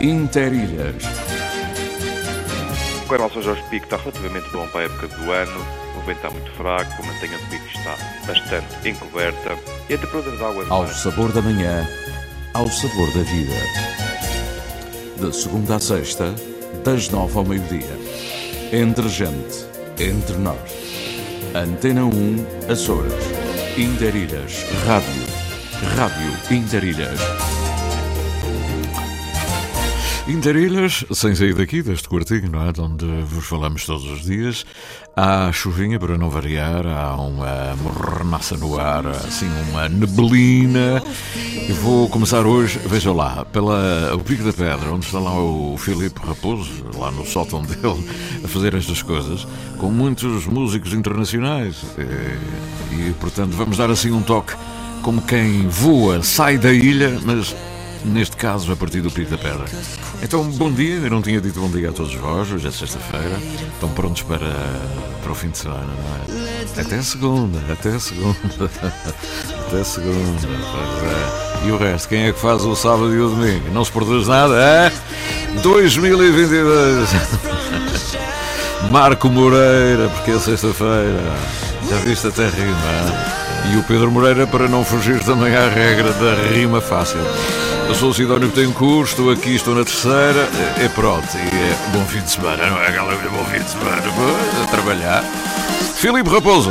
Interilhas. O canal São Jorge Pico está relativamente bom para a época do ano. O vento está muito fraco, a mantenha de pico está bastante encoberta e a temperatura da água... Ao sabor da manhã, ao sabor da vida. De segunda à sexta, das 9 ao meio-dia. Entre gente, entre nós. Antena 1, Açores. Interilhas, Rádio Interilhas. Interilhas, sem sair daqui, deste quartinho, não é? De onde vos falamos todos os dias. Há chuvinha, para não variar, há uma mormaça no ar, assim, uma neblina. E vou começar hoje, vejam lá, pelo Pico da Pedra, onde está lá o Filipe Raposo, lá no sótão dele, a fazer estas coisas, com muitos músicos internacionais. E portanto, vamos dar assim um toque, como quem voa, sai da ilha, mas... neste caso a partir do Pico da Pedra. Então, bom dia, eu não tinha dito bom dia a todos vós, hoje é sexta-feira, estão prontos para o fim de semana, não é? Até segunda. Até segunda. E o resto, quem é que faz o sábado e o domingo? Não se produz nada, é? 2022. Marco Moreira, porque é sexta-feira, já viste até rima. E o Pedro Moreira, para não fugir também à regra da rima fácil. Eu sou o Sidónio Betancourt, estou aqui, estou na terceira, é pronto, e é bom fim de semana, não é aquela bom fim de semana, a trabalhar. Filipe Raposo.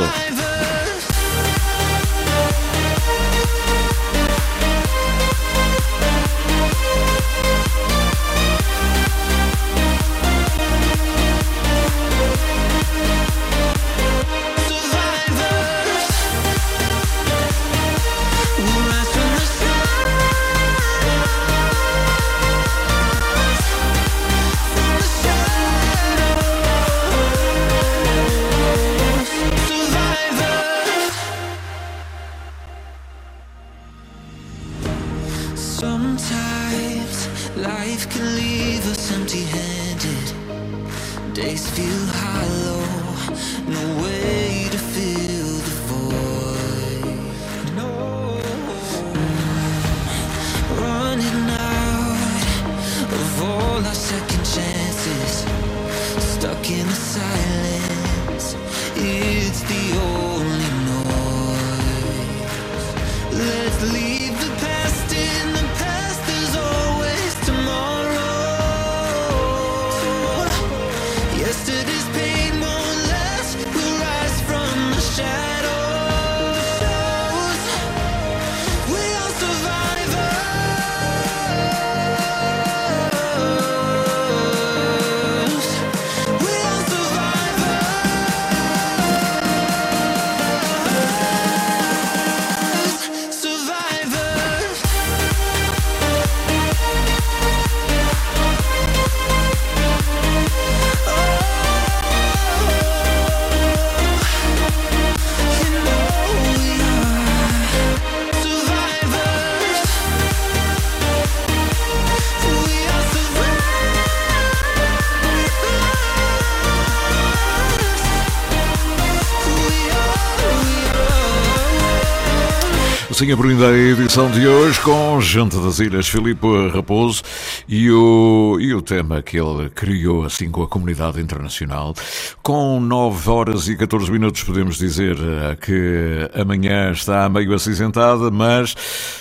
Assim abrindo a edição de hoje com Gente das Ilhas, Filipe Raposo e o tema que ele criou assim com a comunidade internacional. Com 9 horas e 14 minutos podemos dizer que amanhã está meio acinzentada, mas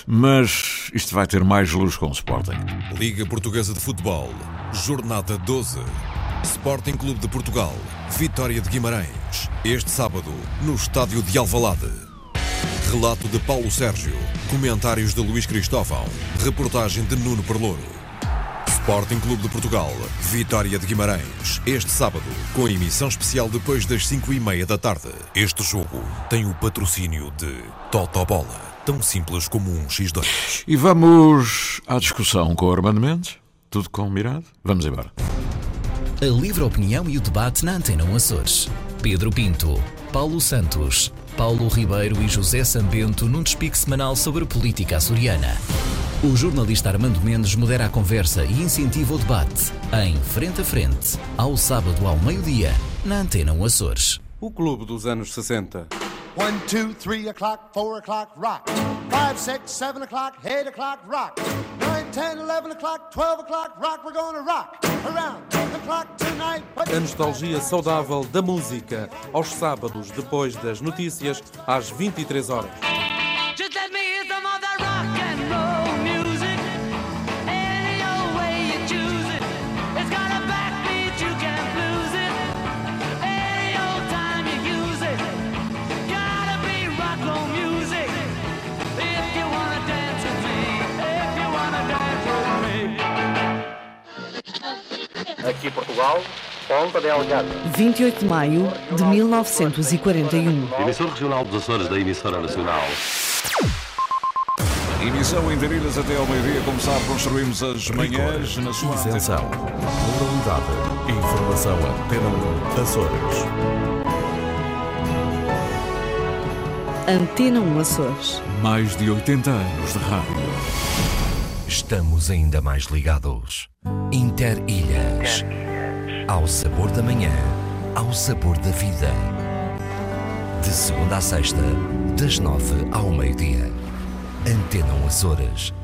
isto vai ter mais luz com o Sporting. Liga Portuguesa de Futebol, Jornada 12. Sporting Clube de Portugal, Vitória de Guimarães. Este sábado, no estádio de Alvalade. Relato de Paulo Sérgio, comentários de Luís Cristóvão, reportagem de Nuno Perlouro. Sporting Clube de Portugal, Vitória de Guimarães, este sábado, com emissão especial depois das 5:30 da tarde. Este jogo tem o patrocínio de Totobola, tão simples como um X2. E vamos à discussão com o Armando Mendes, tudo combinado? Vamos embora. A livre opinião e o debate na Antena 1 Açores. Pedro Pinto, Paulo Santos, Paulo Ribeiro e José Sambento num despique semanal sobre política açoriana. O jornalista Armando Mendes modera a conversa e incentiva o debate em Frente a Frente, ao sábado ao meio-dia, na Antena 1 Açores. O clube dos anos 60. 1, 2, 3 o'clock, 4 o'clock, rock. 5, 6, 7 o'clock, 8 o'clock, rock. 9, 10, 11 o'clock, 12 o'clock, rock, we're gonna rock around the clock tonight. A nostalgia saudável da música, aos sábados, depois das notícias, às 23 horas. Just let me hear some of that rock and roll music. Any old way you choose it. It's got a backbeat, you can't lose it. Any old time you use it. Gotta be rock and roll music. If you wanna dance with me. If you wanna dance with me. Aqui Portugal, Ponta Delgada. 28 de maio de 1941. Emissor regional dos Açores da emissora nacional. Emissão em Interilhas até ao meio-dia. Como sabe, construímos as manhãs na sua Isenção, pluralidade, informação Antena 1 Açores. Antena 1 Açores. Mais de 80 anos de rádio. Estamos ainda mais ligados. Interilhas. Ao sabor da manhã, ao sabor da vida. De segunda à sexta, das 9 ao meio-dia. Antena 1 Açores.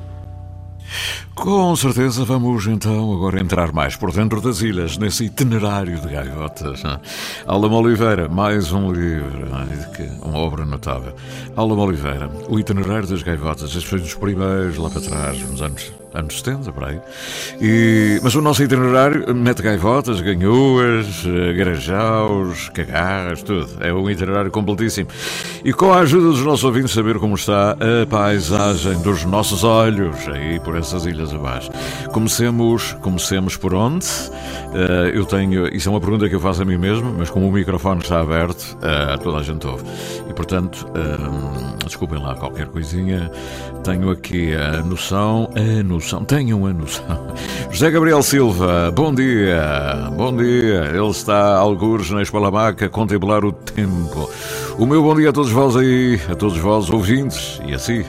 Com certeza vamos então agora entrar mais por dentro das ilhas, nesse itinerário de gaivotas. Alma Oliveira, mais um livro, uma obra notável. Alma Oliveira, o itinerário das gaivotas, este foi dos primeiros lá para trás, nos anos 70, por aí. Mas o nosso itinerário mete gaivotas, ganhuas, garajaus, cagarras, tudo. É um itinerário completíssimo. E com a ajuda dos nossos ouvintes saber como está a paisagem dos nossos olhos, aí por essas ilhas abaixo. Comecemos por onde? Eu tenho, isso é uma pergunta que eu faço a mim mesmo, mas como o microfone está aberto, toda a gente ouve. E portanto, desculpem lá qualquer coisinha, tenho aqui a noção. Tenham a noção. José Gabriel Silva, bom dia. Ele está a algures na Espalamaca a contemplar o tempo. O meu bom dia a todos vós aí, a todos vós ouvintes, e assim,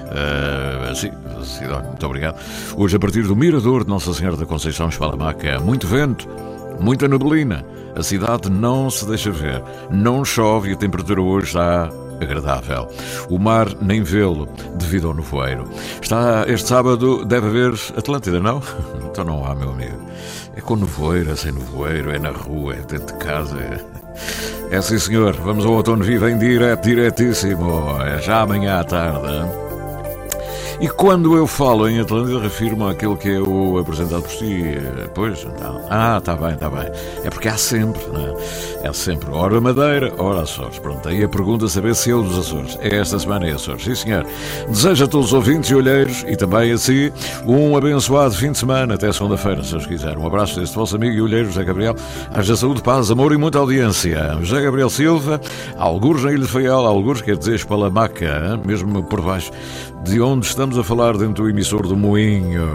muito obrigado. Hoje a partir do Mirador de Nossa Senhora da Conceição Espalamaca, muito vento, muita neblina, a cidade não se deixa ver, não chove e a temperatura hoje está agradável. O mar nem vê-lo devido ao nevoeiro. Este sábado deve haver Atlântida, não? Então não há, meu amigo. É com nevoeiro, é sem nevoeiro, é na rua, é dentro de casa, é sim senhor. Vamos ao Outono Vivo em diretíssimo. É já amanhã à tarde. E quando eu falo em Atlântida, refiro-me àquilo que é o apresentado por si. Pois, então. Está bem. É porque há sempre, não é? É sempre, ora Madeira, ora Açores. Pronto, aí a pergunta é saber se é o dos Açores. É esta semana é Açores, sim senhor. Desejo a todos os ouvintes e olheiros, e também a si, um abençoado fim de semana, até segunda-feira, se Deus quiser. Um abraço deste vosso amigo e olheiro, José Gabriel. Haja saúde, paz, amor e muita audiência. José Gabriel Silva, algures na Ilha de Faial, algures quer dizer Espalamaca, mesmo por baixo de onde estamos a falar, dentro do emissor do Moinho.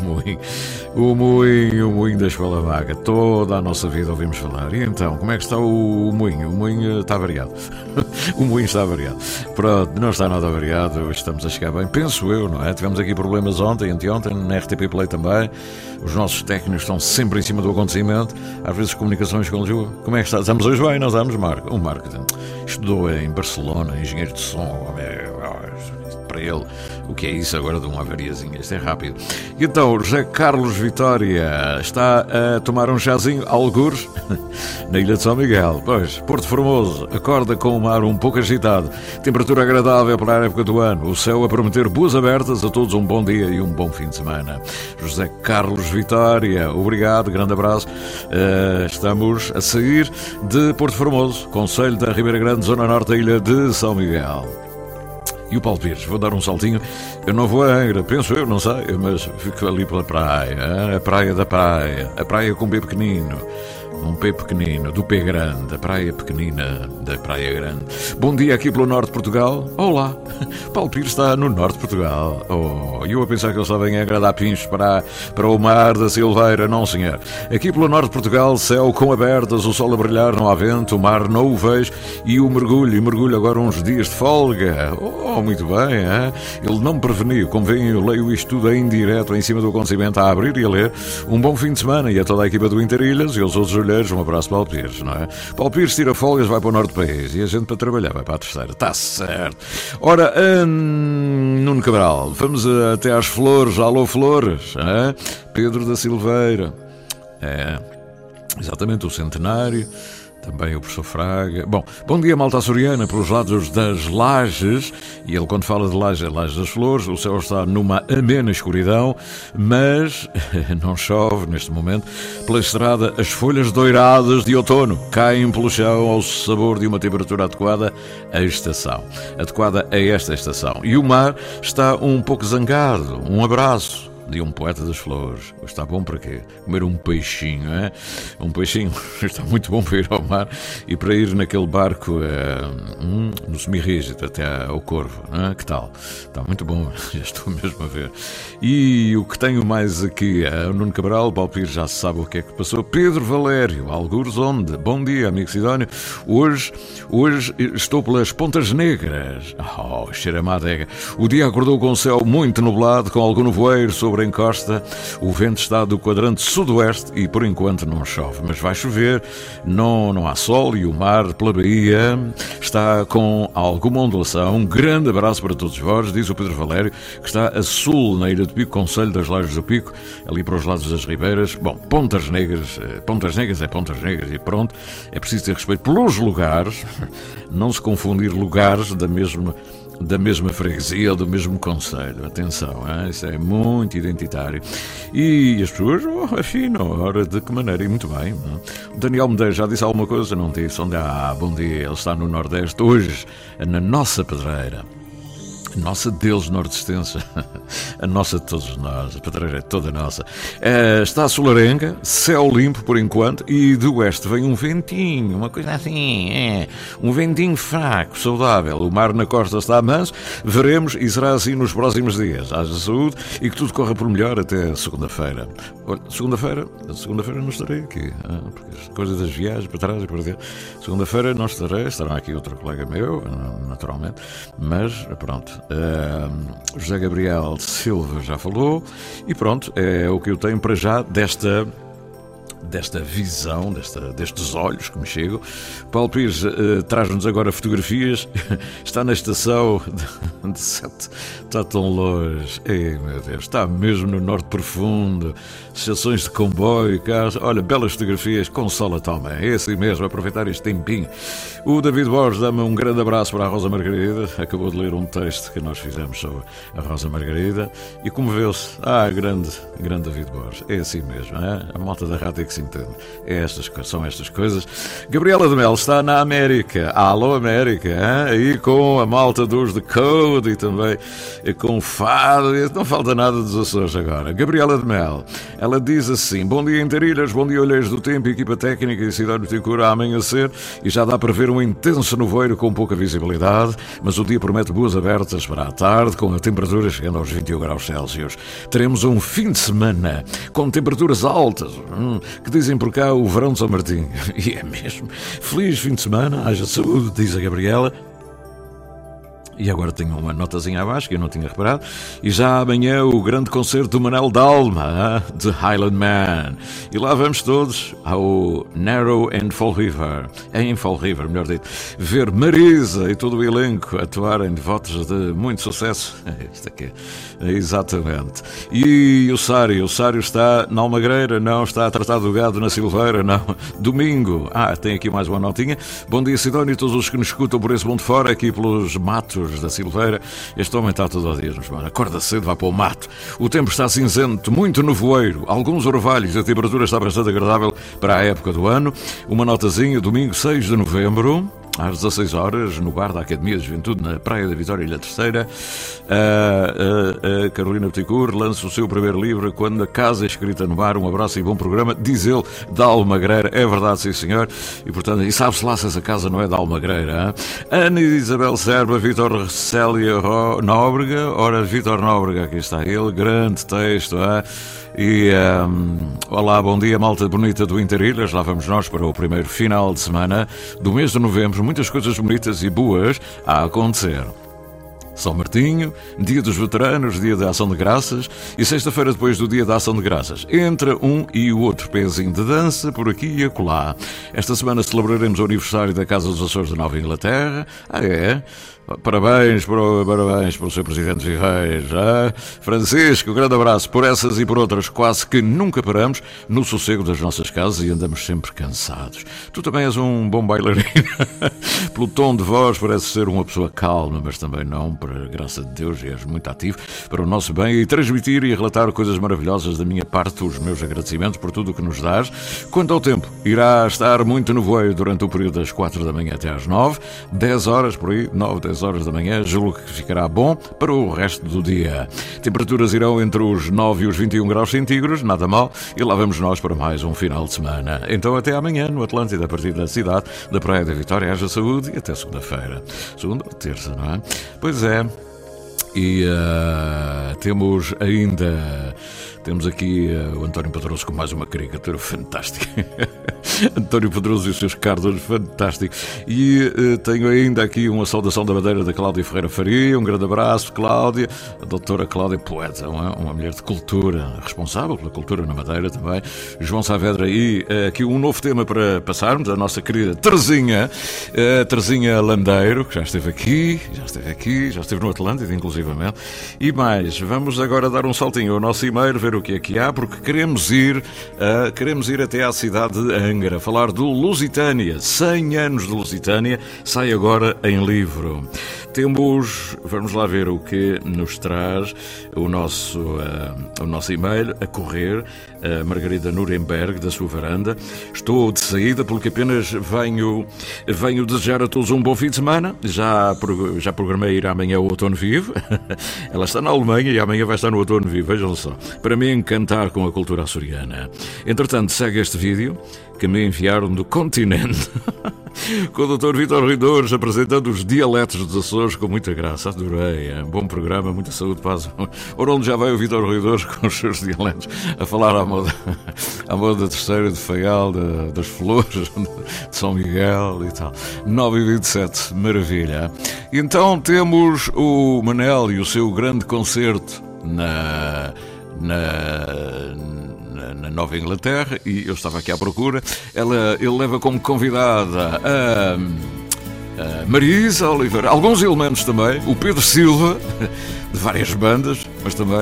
O Moinho da Espalamaca. Toda a nossa vida ouvimos falar. E então, como é que está o Moinho? O Moinho está variado. O Moinho está variado. Pronto, não está nada variado. Hoje estamos a chegar bem. Penso eu, não é? Tivemos aqui problemas ontem, anteontem, na RTP Play também. Os nossos técnicos estão sempre em cima do acontecimento. Às vezes comunicações com Lisboa. Como é que está? Estamos hoje bem, não estamos, Marco? O Marco estudou em Barcelona, engenheiro de som. Para ele, o que é isso agora de uma avariazinha? Isto é rápido. E então, José Carlos Vitória está a tomar um chazinho, algures, na Ilha de São Miguel. Pois, Porto Formoso, acorda com o mar um pouco agitado, temperatura agradável para a época do ano, o céu a prometer boas abertas, a todos um bom dia e um bom fim de semana. José Carlos Vitória, obrigado, grande abraço. Estamos a sair de Porto Formoso, Concelho da Ribeira Grande, zona norte da Ilha de São Miguel. E o Paulo Pires, vou dar um saltinho. Eu não vou a Angra, penso eu, não sei, mas fico ali pela praia, a praia da praia, a praia com P pequenino. Um P pequenino, do P grande, a praia pequenina da Praia Grande. Bom dia aqui pelo Norte de Portugal. Olá, Paulo Pires está no Norte de Portugal. E eu a pensar que ele estava em Angra, dar pinchos para o mar da Silveira. Não, senhor. Aqui pelo Norte de Portugal, céu com abertas, o sol a brilhar, não há vento, o mar não o vejo e o mergulho agora uns dias de folga. Muito bem, hein? Ele não me preveniu, como veem, eu leio isto tudo em direto, em cima do acontecimento, a abrir e a ler. Um bom fim de semana e a toda a equipa do Interilhas e aos outros olheiros, um abraço para Paulo Pires, não é? Paulo Pires tira folgas, vai para o norte do país e a gente para trabalhar vai para a terceira. Está certo. Ora, Ora, Nuno Cabral, vamos até às flores. Alô, flores, hein? Pedro da Silveira, exatamente, o centenário. Também o professor Fraga. Bom dia, malta açoriana, pelos lados das Lajes. E ele, quando fala de Lajes, é Lajes das Flores. O céu está numa amena escuridão, mas não chove neste momento. Pela estrada, as folhas doiradas de outono caem pelo chão ao sabor de uma temperatura adequada à estação. Adequada a esta estação. E o mar está um pouco zangado. Um abraço de um poeta das flores. Está bom para quê? Comer um peixinho, é? Um peixinho está muito bom para ir ao mar e para ir naquele barco no semi-rígido até ao Corvo, não é? Que tal? Está muito bom, já estou mesmo a ver. E o que tenho mais aqui é o Nuno Cabral. Paulo Pires já sabe o que é que passou. Pedro Valério, algures onde? Bom dia, amigo Sidónio. Hoje estou pelas Pontas Negras. Cheira a adega. O dia acordou com o céu muito nublado, com algum nevoeiro sobre a encosta. O vento está do quadrante sudoeste e por enquanto não chove, mas vai chover. Não há sol e o mar pela Bahia está com alguma ondulação. Um grande abraço para todos vós, diz o Pedro Valério, que está a sul na Ilha do Pico, concelho das Lajes do Pico, ali para os lados das Ribeiras. Pontas Negras é Pontas Negras e pronto. É preciso ter respeito pelos lugares, não se confundir lugares da mesma freguesia ou do mesmo concelho. Atenção, isso é muito identitário. E as pessoas afinam, ora, de que maneira? E muito bem. O Daniel Medeiros já disse alguma coisa? Não disse. Bom dia, ele está no Nordeste hoje, na nossa pedreira. Nossa Deus nordestense, a nossa de todos nós, a pedreira é toda nossa. Está solarenga, céu limpo por enquanto, e do oeste vem um ventinho, uma coisa assim, um ventinho fraco, saudável. O mar na costa está manso, veremos, e será assim nos próximos dias. Haja saúde e que tudo corra por melhor até segunda-feira. Olha, segunda-feira não estarei aqui, porque as coisas das viagens para trás e para dentro. Segunda-feira não estarei, estará aqui outro colega meu, naturalmente, mas pronto. José Gabriel Silva já falou e pronto, é o que eu tenho para já desta visão, destes olhos que me chegam. Paulo Pires traz-nos agora fotografias. Está na estação de Sete, está tão longe. Ei, meu Deus, está mesmo no norte profundo. Estações de comboio, casa. Olha, belas fotografias, consola também. É assim mesmo, aproveitar este tempinho. O David Borges dá-me um grande abraço para a Rosa Margarida. Acabou de ler um texto que nós fizemos sobre a Rosa Margarida e comoveu-se. Grande David Borges. É assim mesmo, a malta da rádio é que se entende. São estas coisas. Gabriela de Mel está na América. Alô, América, aí com a malta dos The Code e também com o Fado. Não falta nada dos Açores agora. Gabriela de Mel, ela diz assim: bom dia, Interilhas, bom dia, Olheiros do Tempo, equipa técnica e Cidade do Ticura a amanhecer, e já dá para ver um intenso nevoeiro com pouca visibilidade, mas o dia promete boas abertas para a tarde, com a temperatura chegando aos 21 graus Celsius. Teremos um fim de semana com temperaturas altas, que dizem por cá o verão de São Martinho. E é mesmo. Feliz fim de semana, haja saúde, diz a Gabriela. E agora tenho uma notazinha abaixo que eu não tinha reparado. E já amanhã o grande concerto do Manel Dalma, de Highland Man. E lá vamos todos ao Narrow and Fall River. Em Fall River, melhor dito. Ver Marisa e todo o elenco atuarem devotos de muito sucesso. Isto aqui. Exatamente. E o Sário está na Almagreira? Não. Está a tratar do gado na Silveira? Não. Domingo. Tem aqui mais uma notinha. Bom dia, Sidónio, e todos os que nos escutam por esse mundo fora, aqui pelos matos da Silveira. Este homem está todos os dias, mas acorda cedo, vai para o mato. O tempo está cinzento, muito nevoeiro, alguns orvalhos, a temperatura está bastante agradável para a época do ano. Uma notazinha, domingo 6 de novembro, às 16 horas, no bar da Academia de Juventude, na Praia da Vitória, Ilha Terceira. A Carolina Betancourt lança o seu primeiro livro, Quando a Casa é Escrita no Mar. Um abraço e bom programa, diz ele, da Almagreira. É verdade, sim senhor. E portanto, e sabe-se lá se essa casa não é da Almagreira, Ana Isabel Serba, Vítor Célia Nóbrega. Ora, Vítor Nóbrega, aqui está ele, grande texto, E olá, bom dia, malta bonita do Interilhas. Lá vamos nós para o primeiro final de semana do mês de novembro. Muitas coisas bonitas e boas a acontecer. São Martinho, dia dos veteranos, dia da Ação de Graças e sexta-feira depois do dia da Ação de Graças. Entra um e o outro pezinho de dança por aqui e acolá. Esta semana celebraremos o aniversário da Casa dos Açores da Nova Inglaterra. Parabéns para o Sr. Presidente Vieira. Francisco, grande abraço. Por essas e por outras quase que nunca paramos no sossego das nossas casas e andamos sempre cansados. Tu também és um bom bailarino. Pelo tom de voz parece ser uma pessoa calma, mas também não, para graça de Deus, e és muito ativo para o nosso bem e transmitir e relatar coisas maravilhosas da minha parte, os meus agradecimentos por tudo o que nos dás. Quanto ao tempo, irá estar muito nevoeiro durante o período das 4 da manhã até às 9, 10 horas por aí, 9, 10 horas da manhã, julgo que ficará bom para o resto do dia. Temperaturas irão entre os 9 e os 21 graus centígrados, nada mal, e lá vamos nós para mais um final de semana. Então até amanhã no Atlântida, a partir da cidade da Praia da Vitória. Haja saúde e até segunda-feira. Segunda ou terça, não é? Pois é. E temos ainda... Temos aqui o António Pedroso com mais uma caricatura fantástica. António Pedroso e os seus cardos fantásticos. E tenho ainda aqui uma saudação da Madeira da Cláudia Ferreira Faria. Um grande abraço, Cláudia. A doutora Cláudia, poeta, uma mulher de cultura, responsável pela cultura na Madeira também. João Saavedra. E aqui um novo tema para passarmos. A nossa querida Terezinha. Terezinha Landeiro, que já esteve aqui, já esteve no Atlântida, inclusivamente. E mais, vamos agora dar um saltinho ao nosso e-mail, ver o que é que há, porque queremos ir até à cidade de Angra, falar do Lusitânia. 100 anos de Lusitânia, sai agora em livro. Vamos lá ver o que nos traz o nosso e-mail a correr, a Margarida Nuremberg, da sua varanda. Estou de saída porque apenas venho desejar a todos um bom fim de semana. Já programei ir amanhã ao Outono Vivo. Ela está na Alemanha e amanhã vai estar no Outono Vivo, vejam só, para me encantar com a cultura açoriana. Entretanto, segue este vídeo que me enviaram do continente com o Dr. Vítor Ruidores apresentando os dialetos dos Açores com muita graça. Adorei, é um bom programa, muita saúde, paz. Ora, onde já vai o Vítor Ruidores com os seus dialetos a falar à moda da Terceira, de Faial, das Flores, de São Miguel e tal. 9h27, maravilha. Então temos o Manel e o seu grande concerto na Nova Inglaterra, e eu estava aqui à procura. Ele leva como convidada a Marisa Oliveira, alguns elementos também, o Pedro Silva, de várias bandas, mas também,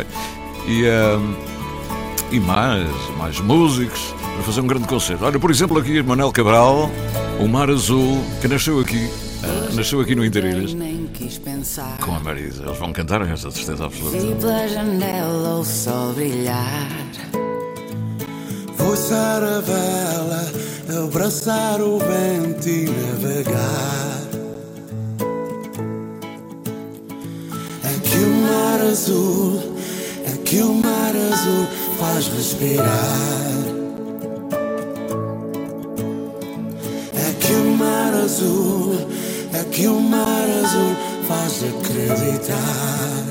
e mais músicos, para fazer um grande concerto. Olha, por exemplo, aqui Manuel Cabral, o Mar Azul, que nasceu aqui no Interilhas, com a Marisa. Eles vão cantar essa certeza absoluta. Vi pela janela o sol brilhar, vou içar a vela, abraçar o vento e navegar. Aqui o mar azul faz respirar. Aqui o mar azul faz acreditar.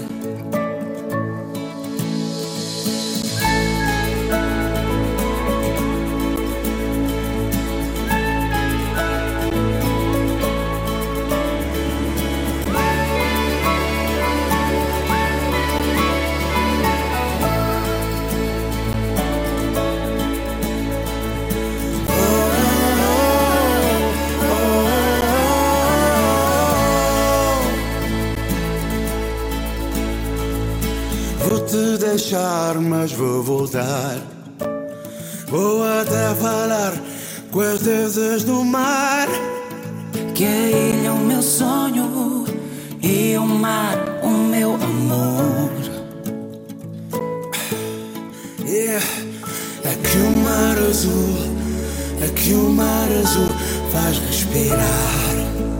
Mas vou voltar. Vou até falar com as deusas do mar. Que a ilha é o meu sonho e o mar o meu amor. Aqui o mar azul faz respirar.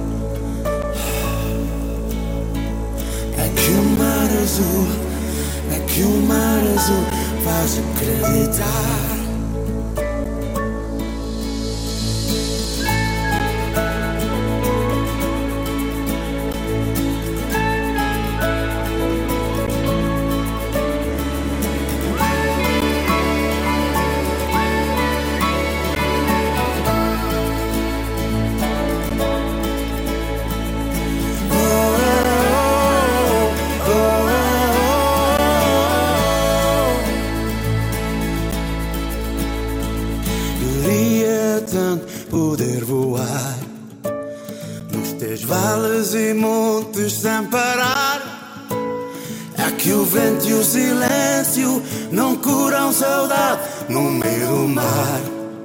Aqui o mar azul faz acreditar. ouves sem parar. É que o vento e o silêncio não curam saudade no meio do mar.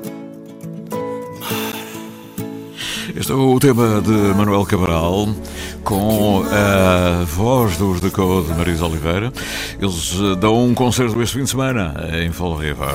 Este é o tema de Manuel Cabral, com a voz dos The Code, Marisa Oliveira. Eles dão um concerto este fim de semana em Fall River.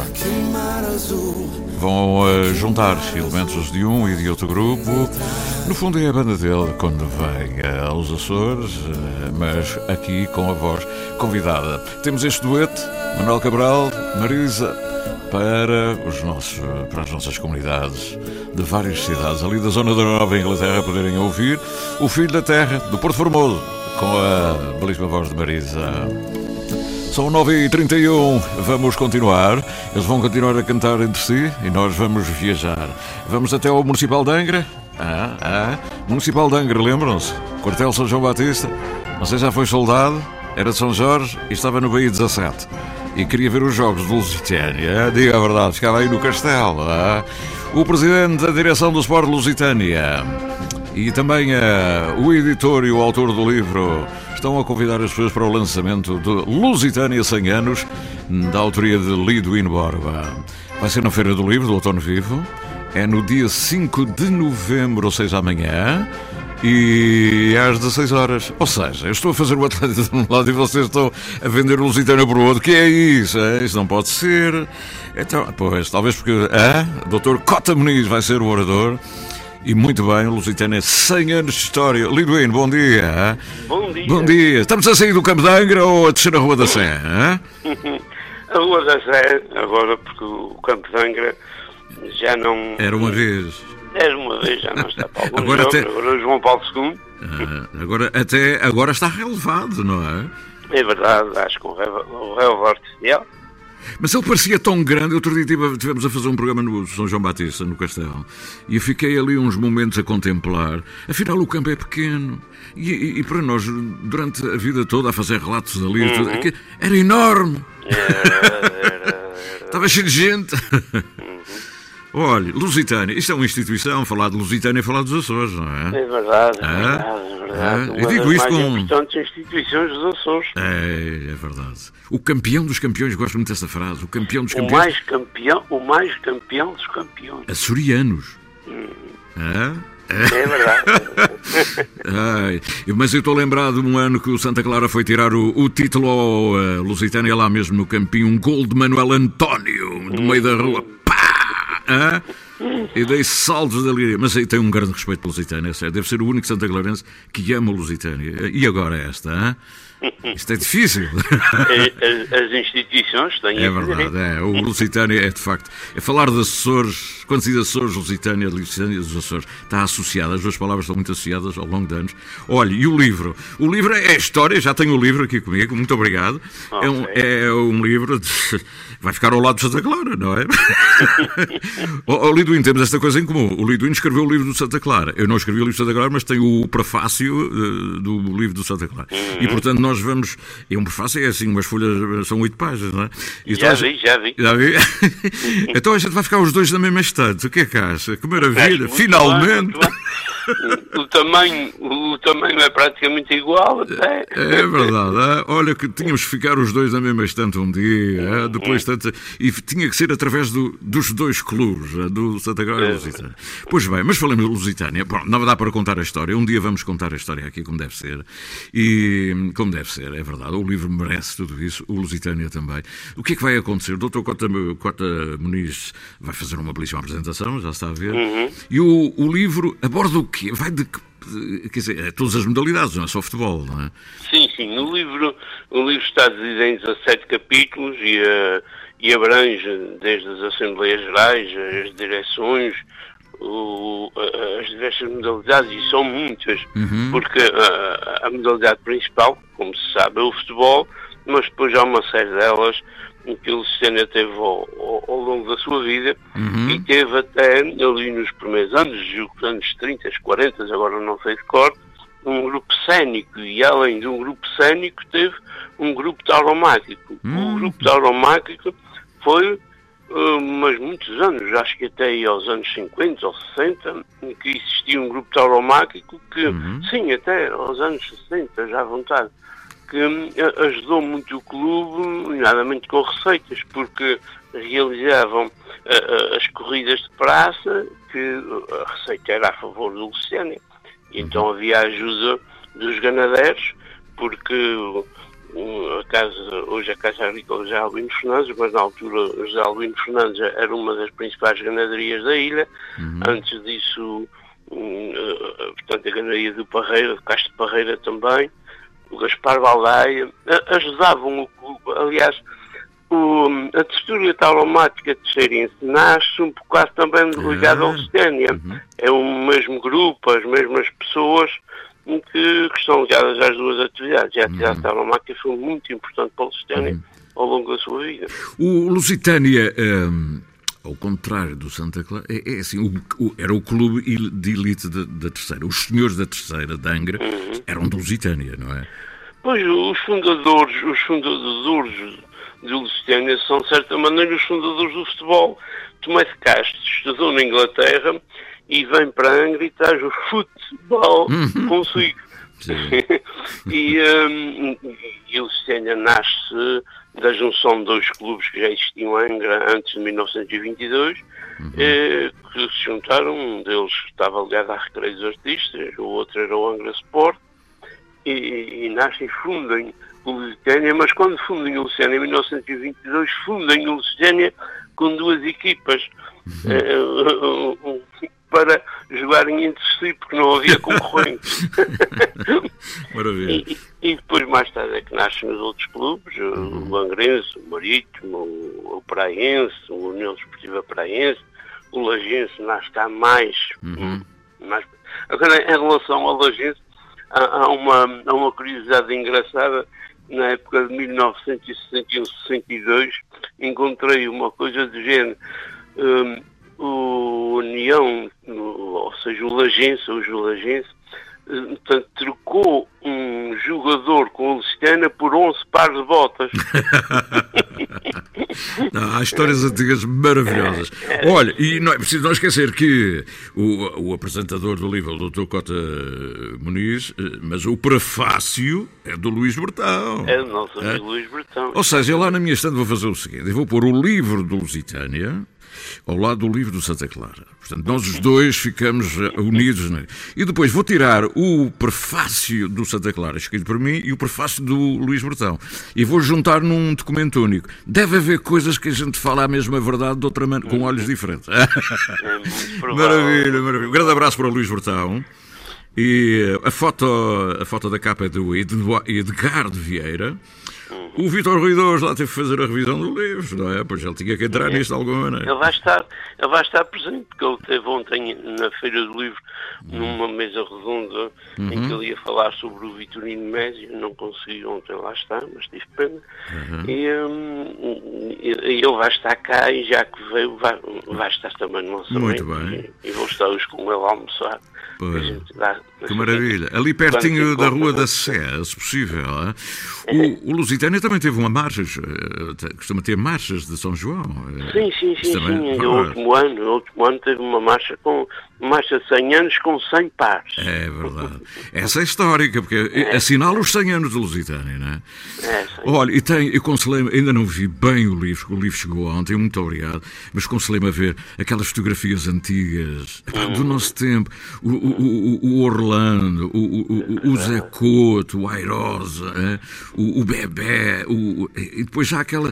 Vão juntar elementos de um e de outro grupo. No fundo é a banda dele quando vem aos Açores, mas aqui com a voz convidada. Temos este dueto, Manuel Cabral, Marisa, para as nossas comunidades de várias cidades ali da zona da Nova Inglaterra poderem ouvir o Filho da Terra, do Porto Formoso, com a belíssima voz de Marisa. São 9h31, vamos continuar. Eles vão continuar a cantar entre si e nós vamos viajar. Vamos até ao Municipal de Angra. Municipal de Angra, lembram-se? Quartel São João Batista. Não sei se já foi soldado, era de São Jorge e estava no BI 17. E queria ver os jogos do Lusitânia. Diga a verdade, ficava aí no castelo. O presidente da direção do Sport Lusitânia e também o editor e o autor do livro estão a convidar as pessoas para o lançamento de Lusitânia 100 anos, da autoria de Liduíno Borba. Vai ser na Feira do Livro, do Outono Vivo. É no dia 5 de novembro, ou seja, amanhã. E às 16 horas. Ou seja, eu estou a fazer o atleta de um lado e vocês estão a vender o Lusitânia por outro. Que é isso? Isso não pode ser. Então, pois, talvez porque o Dr. Cota Muniz vai ser o orador. E muito bem, o Lusitânia 100 anos de história. Liduíno, bom dia. Bom dia. Bom dia. Estamos a sair do Campo de Angra ou a descer a Rua da Sé? A Rua da Sé, agora, porque o Campo de Angra já não... Era uma vez, já não está para alguns jogos. Agora João Paulo II. Agora está relevado, não é? É verdade, acho que um relevo artificial. Mas ele parecia tão grande. Outro dia tivemos a fazer um programa no São João Batista, no Castelo, e eu fiquei ali uns momentos a contemplar. Afinal, o campo é pequeno. E para nós, durante a vida toda, a fazer relatos ali, era enorme. Estava cheio de gente. Olha, Lusitânia, isto é uma instituição. Falar de Lusitânia é falar dos Açores, não é? É verdade, é verdade. Eu digo isto com... mais importantes instituições dos Açores. É verdade. O campeão dos campeões, gosto muito dessa frase. O campeão dos campeões. O mais campeão dos campeões. Açorianos. É verdade. Mas eu estou lembrado de um ano que o Santa Clara foi tirar o título ao Lusitânia, lá mesmo no campinho, um gol de Manuel António, do meio da rua. Eu dei saltos da alegria. Mas aí tenho um grande respeito pelo Lusitânia, é sério. Deve ser o único Santa Clarense que ama o Lusitânia. E agora esta, Isto é difícil. As instituições têm. É verdade, o Lusitânia é de facto. É falar de Açores, quando se diz Açores, Lusitânia dos Açores, está associada, as duas palavras estão muito associadas ao longo de anos. Olha, e o livro? O livro é a história, já tenho o livro aqui comigo, muito obrigado. Okay. É um livro de... Vai ficar ao lado de Santa Clara, não é? O Liduíno, temos esta coisa em comum. O Liduíno escreveu o livro do Santa Clara. Eu não escrevi o livro do Santa Clara, mas tenho o prefácio do livro do Santa Clara. E, portanto, nós vamos... É um prefácio, é assim, umas folhas, são 8 páginas, não é? Então, já vi. Então a gente vai ficar os dois na mesma estante. O que é que acha? Que maravilha! Finalmente! O tamanho é praticamente igual até. É verdade. Olha que tínhamos que ficar os dois na mesma estante um dia, depois tanto, e tinha que ser através dos dois clubes, do Santa Clara e do Lusitânia. Pois bem, mas falamos de Lusitânia. Bom, não dá para contar a história. Um dia vamos contar a história aqui como deve ser. E como deve ser, é verdade. O livro merece tudo isso, o Lusitânia também. O que é que vai acontecer? O Dr. Cota Muniz vai fazer uma belíssima apresentação, já está a ver. E o livro aborda o quê? Vai de... Quer dizer, todas as modalidades, não é só futebol, não é? Sim. O livro está dividido em 17 capítulos e abrange desde as Assembleias Gerais, as direções, as diversas modalidades, e são muitas, porque a modalidade principal, como se sabe, é o futebol, mas depois há uma série delas que o Lusitânia teve ao longo da sua vida, e teve até ali nos primeiros anos, os anos 30, 40, agora não sei de cor, um grupo cénico, e além de um grupo cénico teve um grupo tauromáquico. O grupo tauromáquico foi mas muitos anos, acho que até aí aos anos 50 ou 60, que existia um grupo tauromáquico que, sim, até aos anos 60, já à vontade, que ajudou muito o clube, nomeadamente com receitas, porque realizavam as corridas de praça, que a receita era a favor do Lusitânia. E então havia a ajuda dos ganadeiros, porque hoje a Casa Agrícola José Albino Fernandes, mas na altura José Albino Fernandes era uma das principais ganaderias da ilha. Antes disso, portanto, a ganaderia do Parreira, do Castro de Parreira também, o Gaspar Baldaia, ajudavam o clube. Aliás, a textura tauromática terceirense nasce um bocado também ligada ao Lusitânia. É o mesmo grupo, as mesmas pessoas que estão ligadas às duas atividades. E a atividade tauromáquica foi muito importante para o Lusitânia ao longo da sua vida. O Lusitânia, ao contrário do Santa Clara, é assim, era o clube de elite da terceira. Os senhores da terceira, de Angra, eram do Lusitânia, não é? Pois, os fundadores do Lusitânia são, de certa maneira, os fundadores do futebol. Tomé de Castro estudou na Inglaterra e vem para Angra e traz o futebol consigo. E o Lusitânia nasce da junção de dois clubes que já existiam em Angra antes de 1922, que se juntaram. Um deles estava ligado à Recreio dos Artistas, o outro era o Angra Sport, e nascem e fundem o Lusitânia, mas quando fundem o Lusitânia em 1922, fundem o Lusitânia com duas equipas para jogarem entre si, porque não havia concorrentes. Maravilha. E depois, mais tarde, é que nascem os outros clubes, o Angrense, o Marítimo, o Praense, a União Desportiva Praense, o Lagense nasce cá mais. Agora, em relação ao Lagense, há uma curiosidade engraçada. Na época de 1961-62, encontrei uma coisa do género. O União, ou seja, o Lagense, trocou um jogador com o Lusitânia por 11 pares de botas. Há histórias antigas maravilhosas. Olha, e não é preciso não esquecer que o apresentador do livro, o Dr. Cota Muniz, mas o prefácio é do Luís Bertão. É do nosso amigo Luís Bertão. Ou seja, eu lá na minha estante vou fazer o seguinte: eu vou pôr o livro do Lusitânia ao lado do livro do Santa Clara. Portanto, nós os dois ficamos unidos. E depois vou tirar o prefácio do Santa Clara, escrito por mim, e o prefácio do Luís Bertão. E vou juntar num documento único. Deve haver coisas que a gente fala a mesma verdade de outra maneira, com olhos diferentes. Maravilha, maravilha. Um grande abraço para o Luís Bertão. E a foto da capa é do Edgardo Vieira. O Vítor Ruidores lá teve que fazer a revisão do livro, não é? Pois ele tinha que entrar nisto de alguma maneira. Ele vai estar presente, porque ele esteve ontem na Feira do Livro, numa mesa redonda, em que ele ia falar sobre o Vitorino Mésio. Não consegui ontem lá estar, mas tive pena. E ele vai estar cá, e já que veio, vai estar também no lançamento. Muito bem. E vou estar hoje com ele a almoçar. Que maravilha. Ali pertinho da Rua da Sé, se possível. O Lusitânia também teve uma marcha, costuma ter marchas de São João. Sim. O último ano teve uma marcha de 100 anos com 100 pares. É verdade. Essa é histórica, porque assinala os 100 anos do Lusitânia, não é? Olha, eu conselei-me, ainda não vi bem o livro, porque o livro chegou ontem, muito obrigado, mas conselei-me a ver aquelas fotografias antigas do nosso tempo, o Orlando, o Zé Couto, o Airosa, o Bebé, e depois já aquela,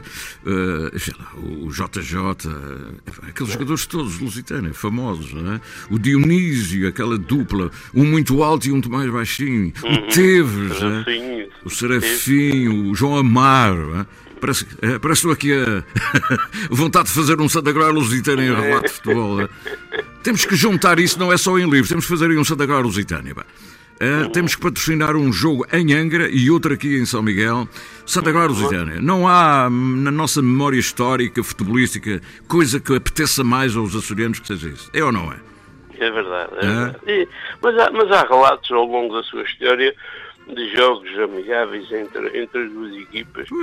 o JJ, aqueles jogadores todos de Lusitânia, famosos, não é? O Dionísio, aquela dupla, um muito alto e um muito mais baixinho, o Teves, o Serafim, o João Amaro, parece que estou aqui a vontade de fazer um Santa Clara Lusitânia em relato de futebol. Temos que juntar isso, não é só em livros, temos que fazer aí um Santa Clara Lusitânia. Temos que patrocinar um jogo em Angra e outro aqui em São Miguel. Santa Clara Lusitânia. Não há na nossa memória histórica, futebolística, coisa que apeteça mais aos açorianos que seja isso. É ou não é? É verdade. Mas há relatos ao longo da sua história de jogos amigáveis entre as duas equipas.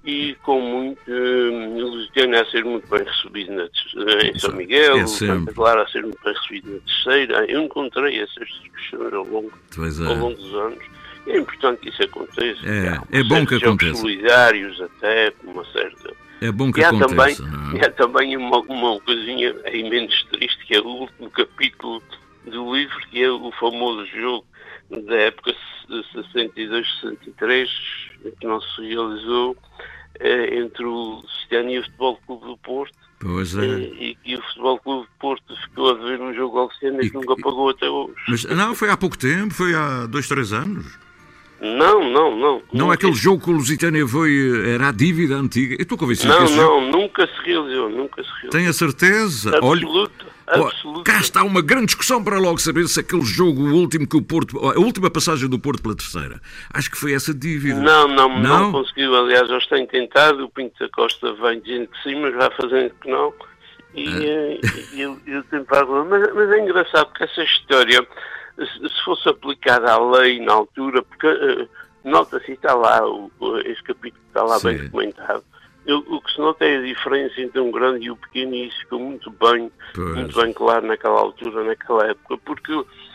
e com muito Lusitânia a ser muito bem recebido em São Miguel, Santa Clara a ser muito bem recebido na Terceira. Eu encontrei essas discussões ao longo dos anos. É importante que isso aconteça. É bom que aconteça. Solidários até, com uma certa... É bom que aconteça. Há também uma coisinha aí menos triste, que é o último capítulo do livro, que é o famoso jogo da época de 62-63, que não se realizou entre o Lusitânia e o Futebol Clube do Porto. Pois é. E que o Futebol Clube do Porto ficou a ver um jogo ao Lusitânia que nunca pagou até hoje. Mas não, foi há pouco tempo, foi há 2-3 anos. Não. Aquele jogo que o Lusitânia era a dívida antiga. Eu estou convencido que nunca se realizou. Tem a certeza? Absoluta. Cá está uma grande discussão para logo saber se aquele jogo, o último que o Porto, a última passagem do Porto pela Terceira, acho que foi essa dívida. Não conseguiu. Aliás, eles têm tentado, o Pinto da Costa vem dizendo que sim, mas vai fazendo que não. E eu tenho para mas é engraçado porque essa história, se fosse aplicada à lei na altura, porque nota-se, está lá, esse capítulo está lá bem documentado, o que se nota é a diferença entre um grande e o pequeno, e isso ficou muito bem claro naquela altura, naquela época, porque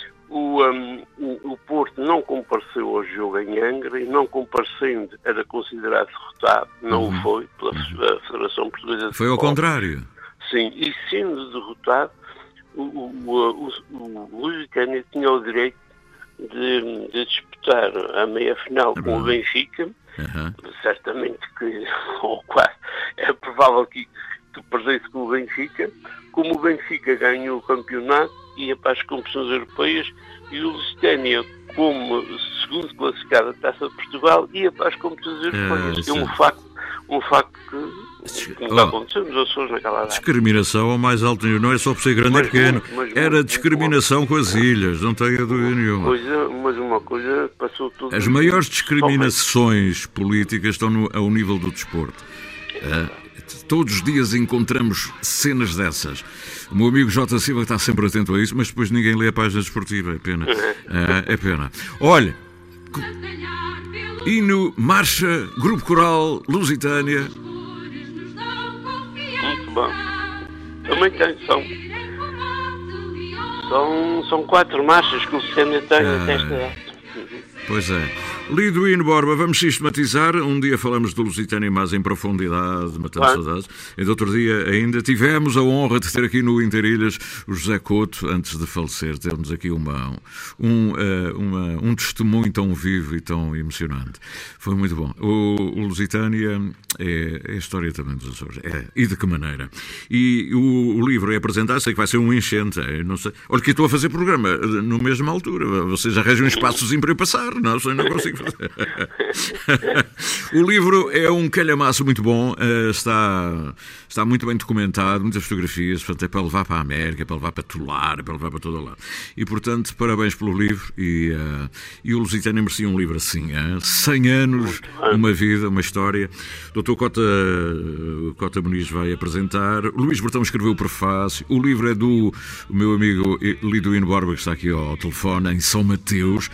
o Porto não compareceu ao jogo em Angra, e não comparecendo era considerado derrotado, não o foi pela Federação Portuguesa de Futebol. Foi ao contrário. Sim, e sendo derrotado, o Lusitânia tinha o direito de disputar a meia-final com o Benfica. Certamente que, ou quase, é provável que perdesse com o Benfica. Como o Benfica ganhou o campeonato, ia para as competições europeias, e o Lusitânia, como segundo classificado da Taça de Portugal, ia para as competições europeias. É um facto que não aconteceu nos Açores naquela data. Discriminação ao mais alto nível, não é só por ser grande e pequeno. Era discriminação com as ilhas, não tenho dúvida nenhuma. Mas uma coisa passou tudo. As maiores discriminações políticas estão ao nível do desporto. Todos os dias encontramos cenas dessas. O meu amigo J. Silva está sempre atento a isso, mas depois ninguém lê a página desportiva. É pena. É pena. Olha, hino, marcha, grupo coral, Lusitânia. Muito bom. Também tem, são 4 marchas que o Lusitânia tem até esta data. Pois é. Liduíno Borba, vamos sistematizar. Um dia falamos do Lusitânia mais em profundidade, matando saudades. E do outro dia ainda tivemos a honra de ter aqui no Interilhas o José Couto, antes de falecer. Temos aqui um testemunho tão vivo e tão emocionante. Foi muito bom. O Lusitânia é a história também dos Açores. E de que maneira? E o livro é apresentado, sei que vai ser um enchente. Não sei. Olha que estou a fazer programa na mesma altura. Vocês arranjam um espaçozinho para eu passar. Não consigo fazer. O livro é um calhamaço muito bom, está muito bem documentado, muitas fotografias, portanto é para levar para a América, para levar para Tolar, para levar para todo lado. E portanto, parabéns pelo livro, e o Lusitânia merecia um livro assim, 100 anos, uma vida, uma história. Dr. Cota Muniz vai apresentar, o Luís Bertão escreveu o prefácio, o livro é do meu amigo Liduíno Borba, que está aqui ao telefone, em São Mateus.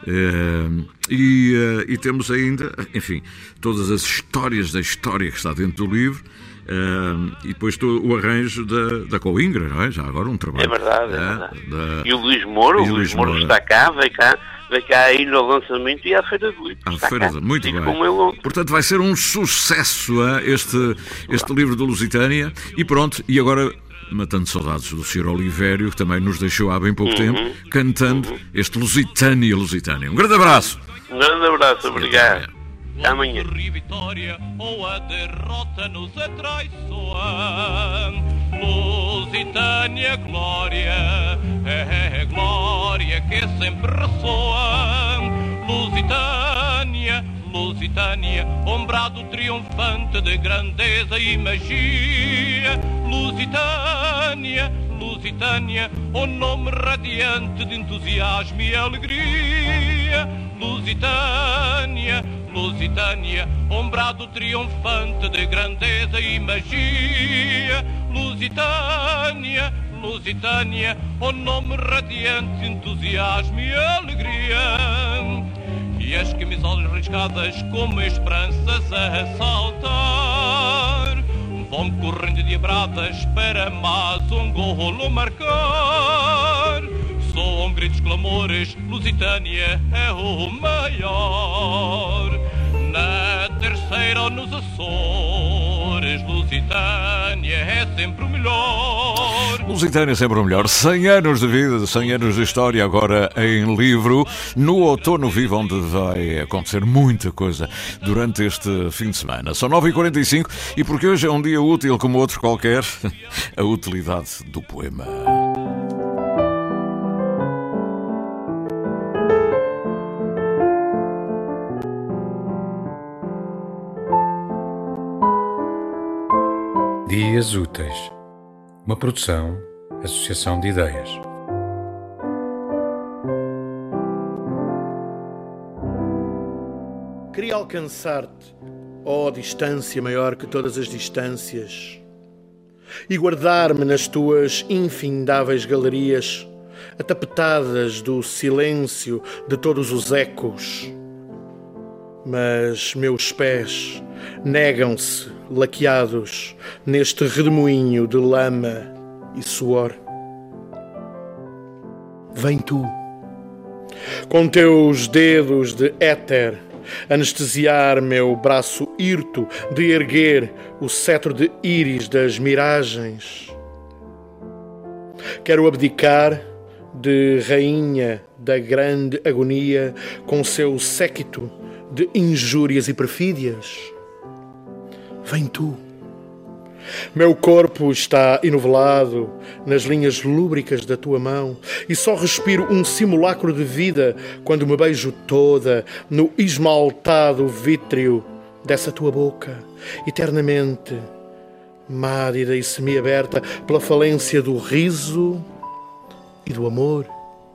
E temos ainda, enfim, todas as histórias da história que está dentro do livro, e depois o arranjo da Coimbra, não é? Já agora um trabalho. É verdade. E o Luís Moura, está cá, vai cá aí no lançamento e à Feira do Livro. Muito bem. Portanto, vai ser um sucesso este livro do Lusitânia. E pronto, e agora, matando saudades do Sr. Olivério, que também nos deixou há bem pouco tempo, cantando este Lusitânia. Um grande abraço. Um grande abraço, obrigado. Até amanhã. Vitória ou a derrota nos atraiçoa. Lusitânia, glória, é glória que sempre ressoa. Lusitânia, ombrado triunfante de grandeza e magia. Lusitânia, o nome radiante de entusiasmo e alegria. Lusitânia, ombrado triunfante de grandeza e magia. Lusitânia, o nome radiante de entusiasmo e alegria. E as camisolas escadas como esperanças a saltar. Vão correndo de bradas para mais um golo marcar. Soam gritos, clamores, Lusitânia é o maior. Na terceira ou nos Açores, Lusitânia é sempre o melhor. Lusitânia é sempre o melhor. 100 anos de vida, 100 anos de história, agora em livro, no Outono Vivo, onde vai acontecer muita coisa durante este fim de semana. São 9h45 e porque hoje é um dia útil como outro qualquer, a utilidade do poema. Dias Úteis, uma produção, associação de ideias. Queria alcançar-te, ó distância maior que todas as distâncias, e guardar-me nas tuas infindáveis galerias, atapetadas do silêncio de todos os ecos. Mas meus pés negam-se, laqueados, neste redemoinho de lama e suor. Vem tu, com teus dedos de éter, anestesiar meu braço hirto de erguer o cetro de íris das miragens. Quero abdicar de rainha da grande agonia com seu séquito de injúrias e perfídias. Vem tu. Meu corpo está enovelado nas linhas lúbricas da tua mão e só respiro um simulacro de vida quando me beijo toda no esmaltado vítreo dessa tua boca, eternamente mádida e semiaberta pela falência do riso e do amor.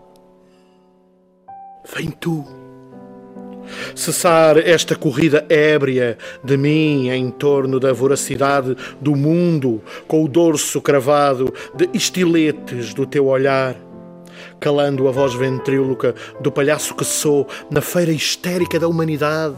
Vem tu. Cessar esta corrida ébria de mim em torno da voracidade do mundo, com o dorso cravado de estiletes do teu olhar, calando a voz ventríloca do palhaço que sou na feira histérica da humanidade.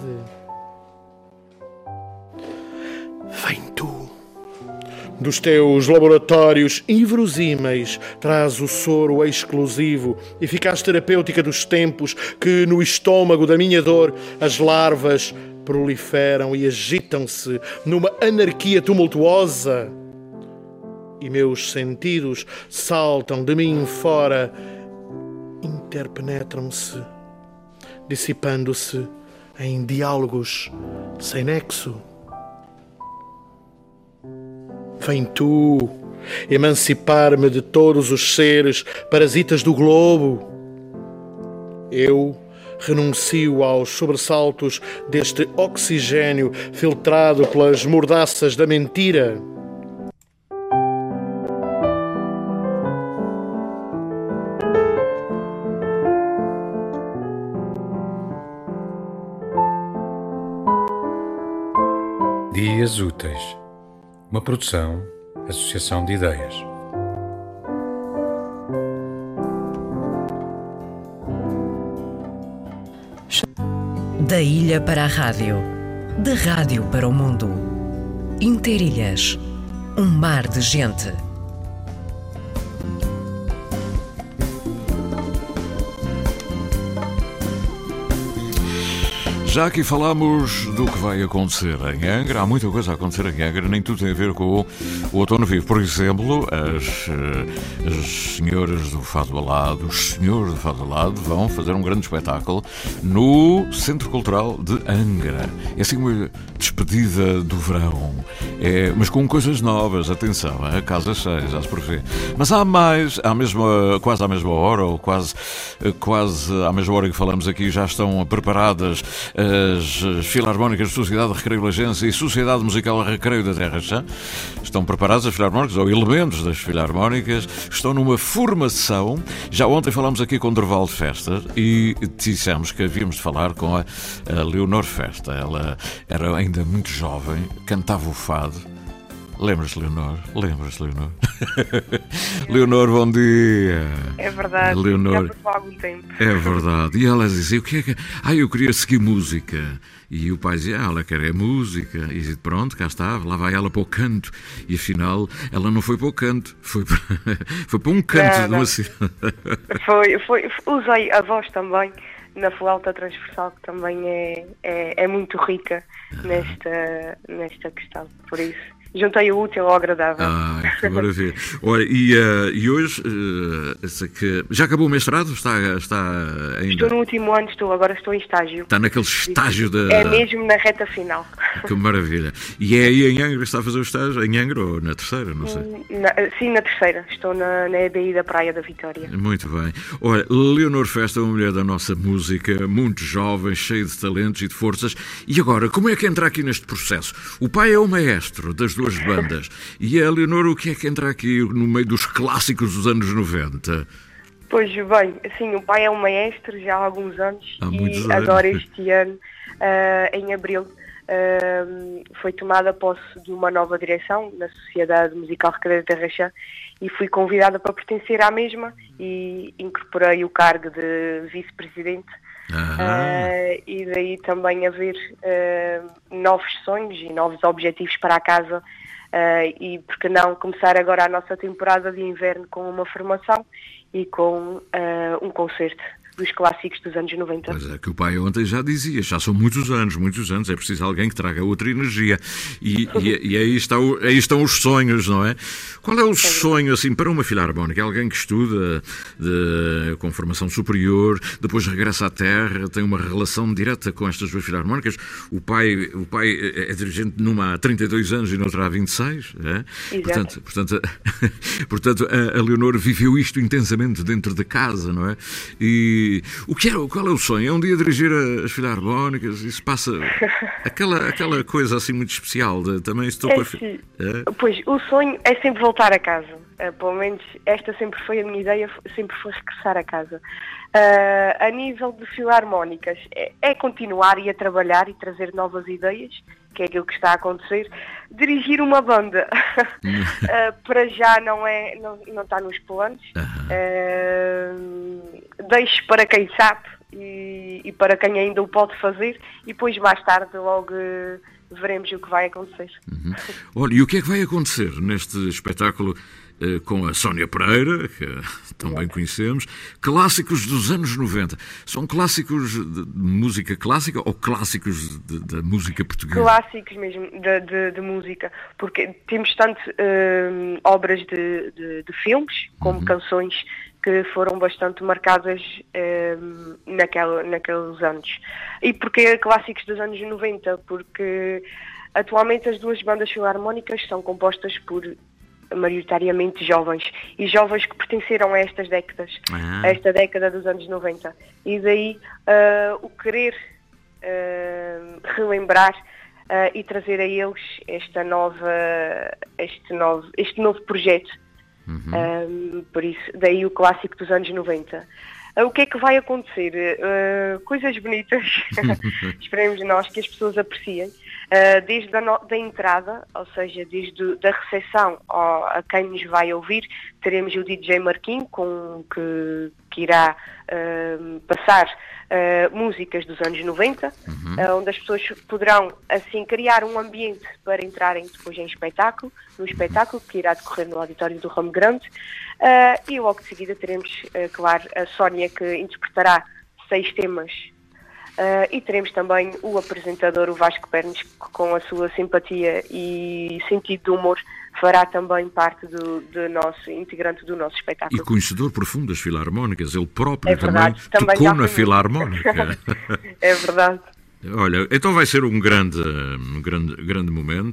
Vem tu. Dos teus laboratórios inverosímeis traz o soro exclusivo, eficaz terapêutica dos tempos que no estômago da minha dor as larvas proliferam e agitam-se numa anarquia tumultuosa. E meus sentidos saltam de mim fora, interpenetram-se, dissipando-se em diálogos sem nexo. Vem tu, emancipar-me de todos os seres parasitas do globo. Eu renuncio aos sobressaltos deste oxigênio filtrado pelas mordaças da mentira. Dias Úteis, uma produção, associação de ideias. Da ilha para a rádio, da rádio para o mundo. Interilhas, um mar de gente. Já aqui falámos do que vai acontecer em Angra. Há muita coisa a acontecer em Angra, nem tudo tem a ver com o Outono Vivo. Por exemplo, as senhoras do Fado Alado, os senhores do Fado Alado vão fazer um grande espetáculo no Centro Cultural de Angra. É assim uma despedida do verão, mas com coisas novas. Atenção, a casa cheia, já se prevê. Mas há mais, quase à mesma hora, ou quase à mesma hora que falamos aqui, já estão preparadas as Filarmónicas de Sociedade de Recreio Lagense e Sociedade Musical Recreio da Terra Chã. Estão preparadas as Filarmónicas, ou elementos das Filarmónicas, estão numa formação. Já ontem falámos aqui com Durval Festa e dissemos que havíamos de falar com a Leonor Festa. Ela era ainda muito jovem, cantava o fado Lembras-te, Leonor? Leonor, bom dia. É verdade, Leonor, já passou algum tempo. É verdade. E ela dizia, o que é que... eu queria seguir música. E o pai dizia, ela quer é música. E dizia, pronto, cá está, lá vai ela para o canto. E afinal, ela não foi para o canto, foi para um canto de uma cidade. Usei a voz também na flauta transversal, que também é muito rica nesta questão, por isso juntei o útil ao agradável. Que maravilha. Olha, e hoje, já acabou o mestrado? Está ainda? Estou no último ano, agora estou em estágio. Está naquele estágio da... É mesmo na reta final. Que maravilha. E é aí em Angra, está a fazer o estágio? Em Angra ou na terceira, não sei? Sim, na terceira. Estou na EBI da Praia da Vitória. Muito bem. Olha, Leonor Festa é uma mulher da nossa música, muito jovem, cheia de talentos e de forças. E agora, como é que entra aqui neste processo? O pai é o maestro das duas bandas. E a Leonor, o que é que entra aqui no meio dos clássicos dos anos 90? Pois bem, assim, o pai é um maestro já há alguns anos. Há muitos anos. Agora este ano, em abril, foi tomada posse de uma nova direção na Sociedade Musical Recadeira Terra Chã e fui convidada para pertencer à mesma e incorporei o cargo de vice-presidente. E daí também haver novos sonhos e novos objetivos para a casa e porque não começar agora a nossa temporada de inverno com uma formação e com um concerto dos clássicos dos anos 90. Pois é, que o pai ontem já dizia, já são muitos anos, é preciso alguém que traga outra energia. E aí estão os sonhos, não é? Qual é o sonho, assim, para uma filarmónica? Alguém que estuda com formação superior, depois regressa à terra, tem uma relação direta com estas duas filarmónicas. O pai é dirigente numa há 32 anos e noutra há 26, é? Exato. Portanto, a Leonor viveu isto intensamente dentro de casa, não é? E qual é o sonho? É um dia dirigir as filarmónicas? Isso passa aquela coisa assim muito especial também estou Pois, o sonho é sempre voltar a casa. Pelo menos esta sempre foi a minha ideia, sempre foi regressar a casa. A nível de filarmónicas, é continuar e a trabalhar e trazer novas ideias, que é aquilo que está a acontecer. Dirigir uma banda, para já não está nos planos. Deixo para quem sabe e para quem ainda o pode fazer e depois mais tarde logo veremos o que vai acontecer. Olha, e o que é que vai acontecer neste espetáculo com a Sónia Pereira, que também conhecemos, clássicos dos anos 90? São clássicos de música clássica ou clássicos da música portuguesa? Clássicos mesmo, de música, porque temos tanto obras de filmes como canções que foram bastante marcadas naqueles anos. E porquê clássicos dos anos 90? Porque atualmente as duas bandas filarmónicas são compostas por maioritariamente jovens, e jovens que pertenceram a estas décadas, a esta década dos anos 90. E daí o querer relembrar e trazer a eles este novo projeto. Por isso, daí o clássico dos anos 90. O que é que vai acontecer? Coisas bonitas, esperemos nós que as pessoas apreciem, desde da entrada, ou seja, desde da recepção a quem nos vai ouvir. Teremos o DJ Marquinhos que irá passar músicas dos anos 90, onde as pessoas poderão assim criar um ambiente para entrarem depois no espetáculo que irá decorrer no auditório do Ramo Grande, e logo de seguida teremos, claro, a Sónia, que interpretará 6 temas, e teremos também o apresentador, o Vasco Pernes, que com a sua simpatia e sentido de humor fará também parte do nosso integrante do nosso espetáculo. E conhecedor profundo das filarmónicas, ele próprio também tocou na filarmónica. É verdade. Olha, então vai ser um grande momento.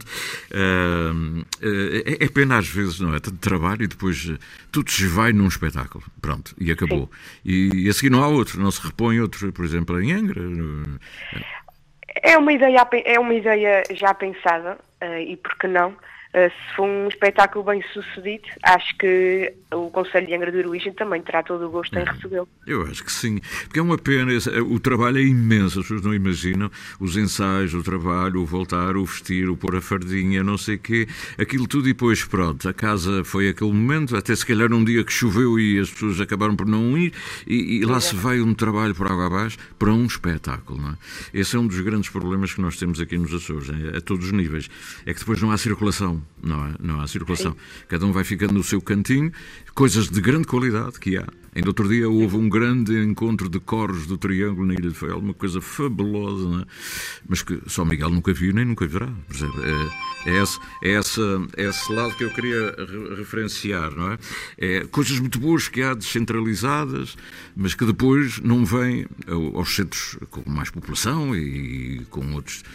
É pena às vezes, não é? Tanto trabalho e depois tudo se vai num espetáculo. Pronto, e acabou. E a seguir não há outro, não se repõe outro, por exemplo, em Angra. É uma ideia já pensada, e por que não? Se for um espetáculo bem sucedido, acho que o Conselho de Angra do Heroísmo também terá todo o gosto em recebê-lo. Eu acho que sim, porque é uma pena, o trabalho é imenso, as pessoas não imaginam, os ensaios, o trabalho, o voltar, o vestir, o pôr a fardinha, não sei o quê, aquilo tudo e depois pronto, a casa foi aquele momento, até se calhar um dia que choveu e as pessoas acabaram por não ir, e lá se vai um trabalho por água abaixo para um espetáculo, não é? Esse é um dos grandes problemas que nós temos aqui nos Açores, a todos os níveis, é que depois não há circulação. Não há circulação. Sim. Cada um vai ficando no seu cantinho, coisas de grande qualidade que há. Ainda outro dia houve um grande encontro de coros do Triângulo na Ilha de Faial, uma coisa fabulosa, não é? Mas que só Miguel nunca viu nem nunca verá. É esse lado que eu queria referenciar, não é? É coisas muito boas que há descentralizadas, mas que depois não vêm aos centros com mais população e com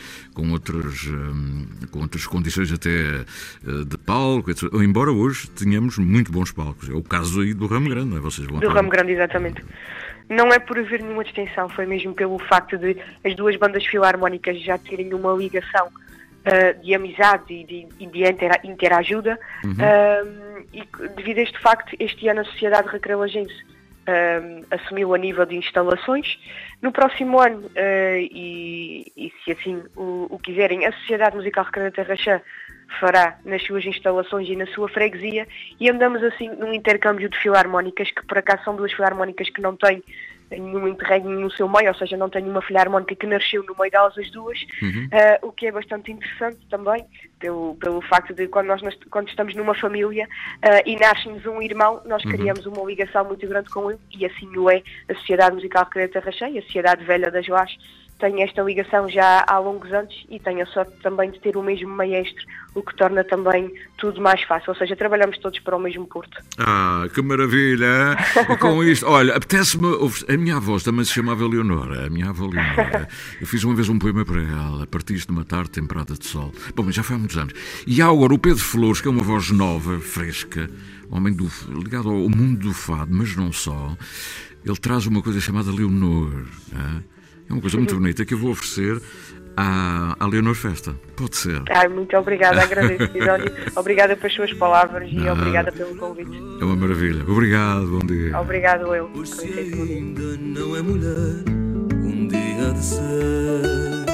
outras condições até de palco, etc. Embora hoje tenhamos muito bons palcos. É o caso aí do Ramo Grande, não é? Vocês vão do Ramo Grande, exatamente. Não é por haver nenhuma distinção, foi mesmo pelo facto de as duas bandas filarmónicas já terem uma ligação de amizade e de interajuda, e devido a este facto, este ano a Sociedade Recreolagense assumiu a nível de instalações. No próximo ano, e se assim o quiserem, a Sociedade Musical Recreativa Terrachã fará nas suas instalações e na sua freguesia, e andamos assim num intercâmbio de filarmónicas, que por acaso são duas filarmónicas que não têm nenhum interregno no seu meio, ou seja, não tem uma filarmónica que nasceu no meio delas as duas, o que é bastante interessante também, pelo facto de quando estamos numa família e nasce-nos um irmão, nós criamos uma ligação muito grande com ele, e assim o é a Sociedade Musical Recreativa Terrachã e a Sociedade Velha das Lajes. Tem esta ligação já há longos anos e tenho a sorte também de ter o mesmo maestro, o que torna também tudo mais fácil, ou seja, trabalhamos todos para o mesmo porto. Ah, que maravilha! E com isto, olha, apetece-me... A minha avó também se chamava Leonora, a minha avó Leonora. Eu fiz uma vez um poema para ela, Partiste de uma tarde temperada de sol. Bom, mas já foi há muitos anos. E há agora o Pedro Flores, que é uma voz nova, fresca, homem ligado ao mundo do fado, mas não só. Ele traz uma coisa chamada Leonor, é uma coisa muito bonita que eu vou oferecer à Leonor Festa. Pode ser. Muito obrigada, agradeço. Obrigada pelas suas palavras e obrigada pelo convite. É uma maravilha. Obrigado, bom dia. Obrigado, eu. Você ainda não é mulher, um dia de ser.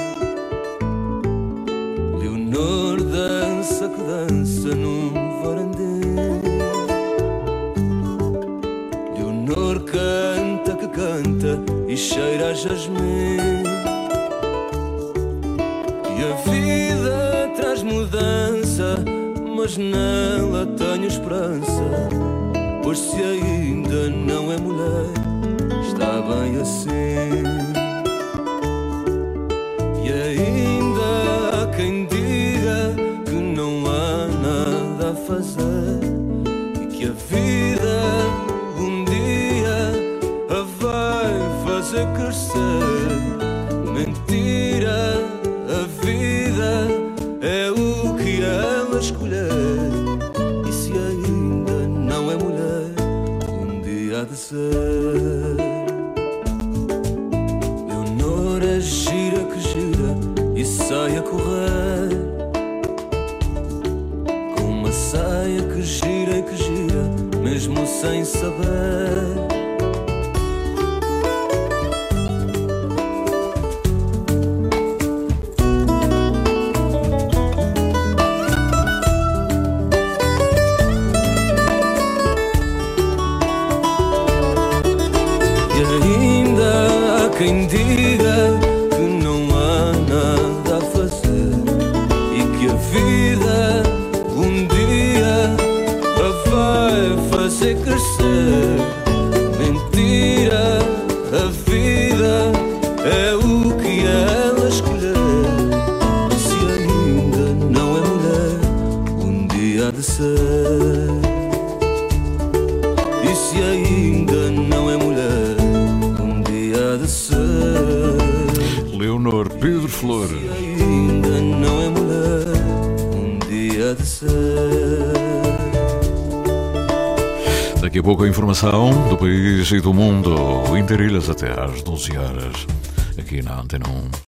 Leonor dança que dança num varandê. Leonor canta que canta e cheira a jasmim. E a vida traz mudança, mas nela tenho esperança, pois se ainda não é mulher, está bem assim. E ainda há quem diga que não há nada a fazer e que a vida um dia a vai fazer crescer. Mentira, a vida é o que ela escolher. E se ainda não é mulher, um dia há de ser. Leonor é gira que gira e sai a correr, com uma saia que gira e que gira, mesmo sem saber. Quem diga que não há nada a fazer e que a vida um dia a vai fazer crescer. Mentira, a vida é o que ela escolher. E se ainda não é mulher, um dia há de ser. E se ainda não é mulher, Leonor Pedro Flores. Ainda não é mulher, um dia de ser. Daqui a pouco a informação do país e do mundo. Interilhas até às 12 horas aqui na Antena 1.